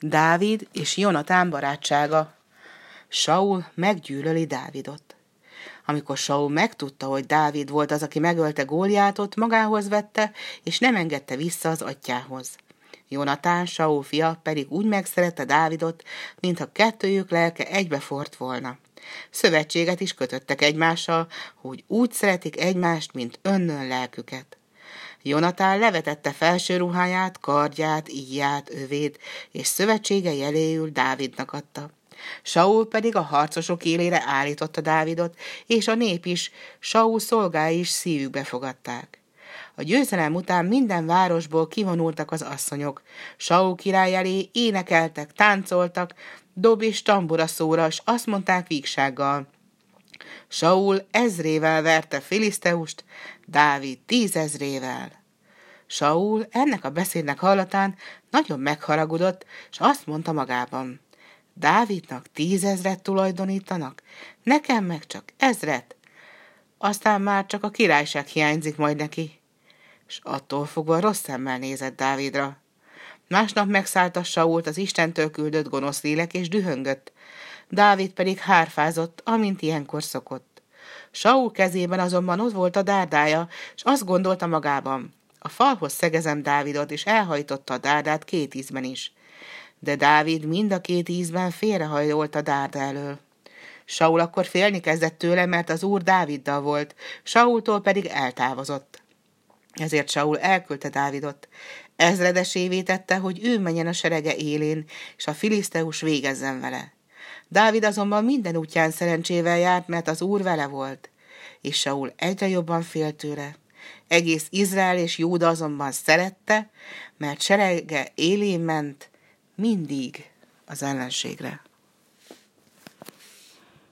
Dávid és Jonatán barátsága. Saul meggyűlöli Dávidot. Amikor Saul megtudta, hogy Dávid volt az, aki megölte Góliátot, magához vette, és nem engedte vissza az atyjához. Jonatán, Saul fia pedig úgy megszerette Dávidot, mintha kettőjük lelke egybefort volna. Szövetséget is kötöttek egymással, hogy úgy szeretik egymást, mint önnön lelküket. Jonatán levetette felső ruháját, kardját, íját, övét, és szövetsége jeléül Dávidnak adta. Saul pedig a harcosok élére állította Dávidot, és a nép is, Saul szolgái is szívükbe fogadták. A győzelem után minden városból kivonultak az asszonyok. Saul király elé énekeltek, táncoltak, dob és tambura szóra, s azt mondták vígsággal: Saul 1000-ével verte Filiszteust, Dávid 10 000-ével. Saul ennek a beszédnek hallatán nagyon megharagudott, és azt mondta magában: Dávidnak 10 000 tulajdonítanak, nekem meg csak 1000. Aztán már csak a királyság hiányzik majd neki. És attól fogva rossz szemmel nézett Dávidra. Másnap megszállta Sault az Istentől küldött gonosz lélek, és dühöngött. Dávid pedig hárfázott, amint ilyenkor szokott. Saul kezében azonban ott volt a dárdája, és azt gondolta magában: a falhoz szegezem Dávidot, és elhajtotta a dárdát 2 ízben is. De Dávid mind a 2 ízben félrehajolt a dárda elől. Saul akkor félni kezdett tőle, mert az Úr Dáviddal volt, Saultól pedig eltávozott. Ezért Saul elküldte Dávidot. Ezredesévé tette, hogy ő menjen a serege élén, és a filiszteus végezzen vele. Dávid azonban minden útján szerencsével járt, mert az Úr vele volt, és Saul egyre jobban félt tőle. Egész Izrael és Júda azonban szerette, mert serege élén ment mindig az ellenségre.